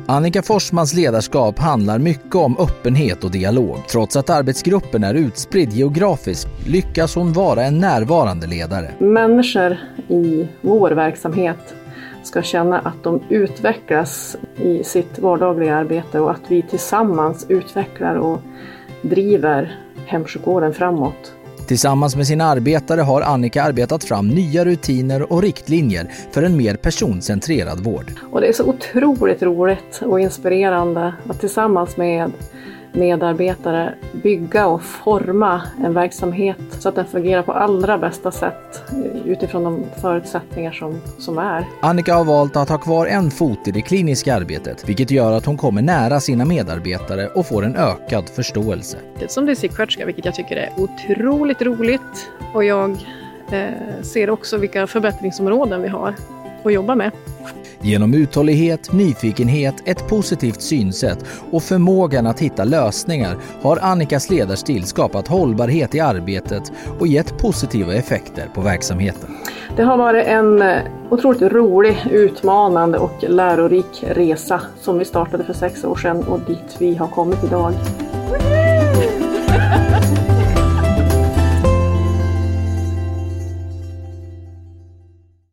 Annika Forsmans ledarskap handlar mycket om öppenhet och dialog. Trots att arbetsgruppen är utspridd geografiskt lyckas hon vara en närvarande ledare. Människor i vår verksamhet ska känna att de utvecklas i sitt vardagliga arbete och att vi tillsammans utvecklar och driver hemsjukvården framåt. Tillsammans med sina arbetare har Annika arbetat fram nya rutiner och riktlinjer för en mer personcentrerad vård. Och det är så otroligt roligt och inspirerande att tillsammans med medarbetare bygga och forma en verksamhet så att den fungerar på allra bästa sätt utifrån de förutsättningar som är. Annika har valt att ha kvar en fot i det kliniska arbetet, vilket gör att hon kommer nära sina medarbetare och får en ökad förståelse. Som distriktssköterska, vilket jag tycker är otroligt roligt, och jag ser också vilka förbättringsområden vi har att jobba med. Genom uthållighet, nyfikenhet, ett positivt synsätt och förmågan att hitta lösningar har Annikas ledarstil skapat hållbarhet i arbetet och gett positiva effekter på verksamheten. Det har varit en otroligt rolig, utmanande och lärorik resa som vi startade för 6 år sedan och dit vi har kommit idag.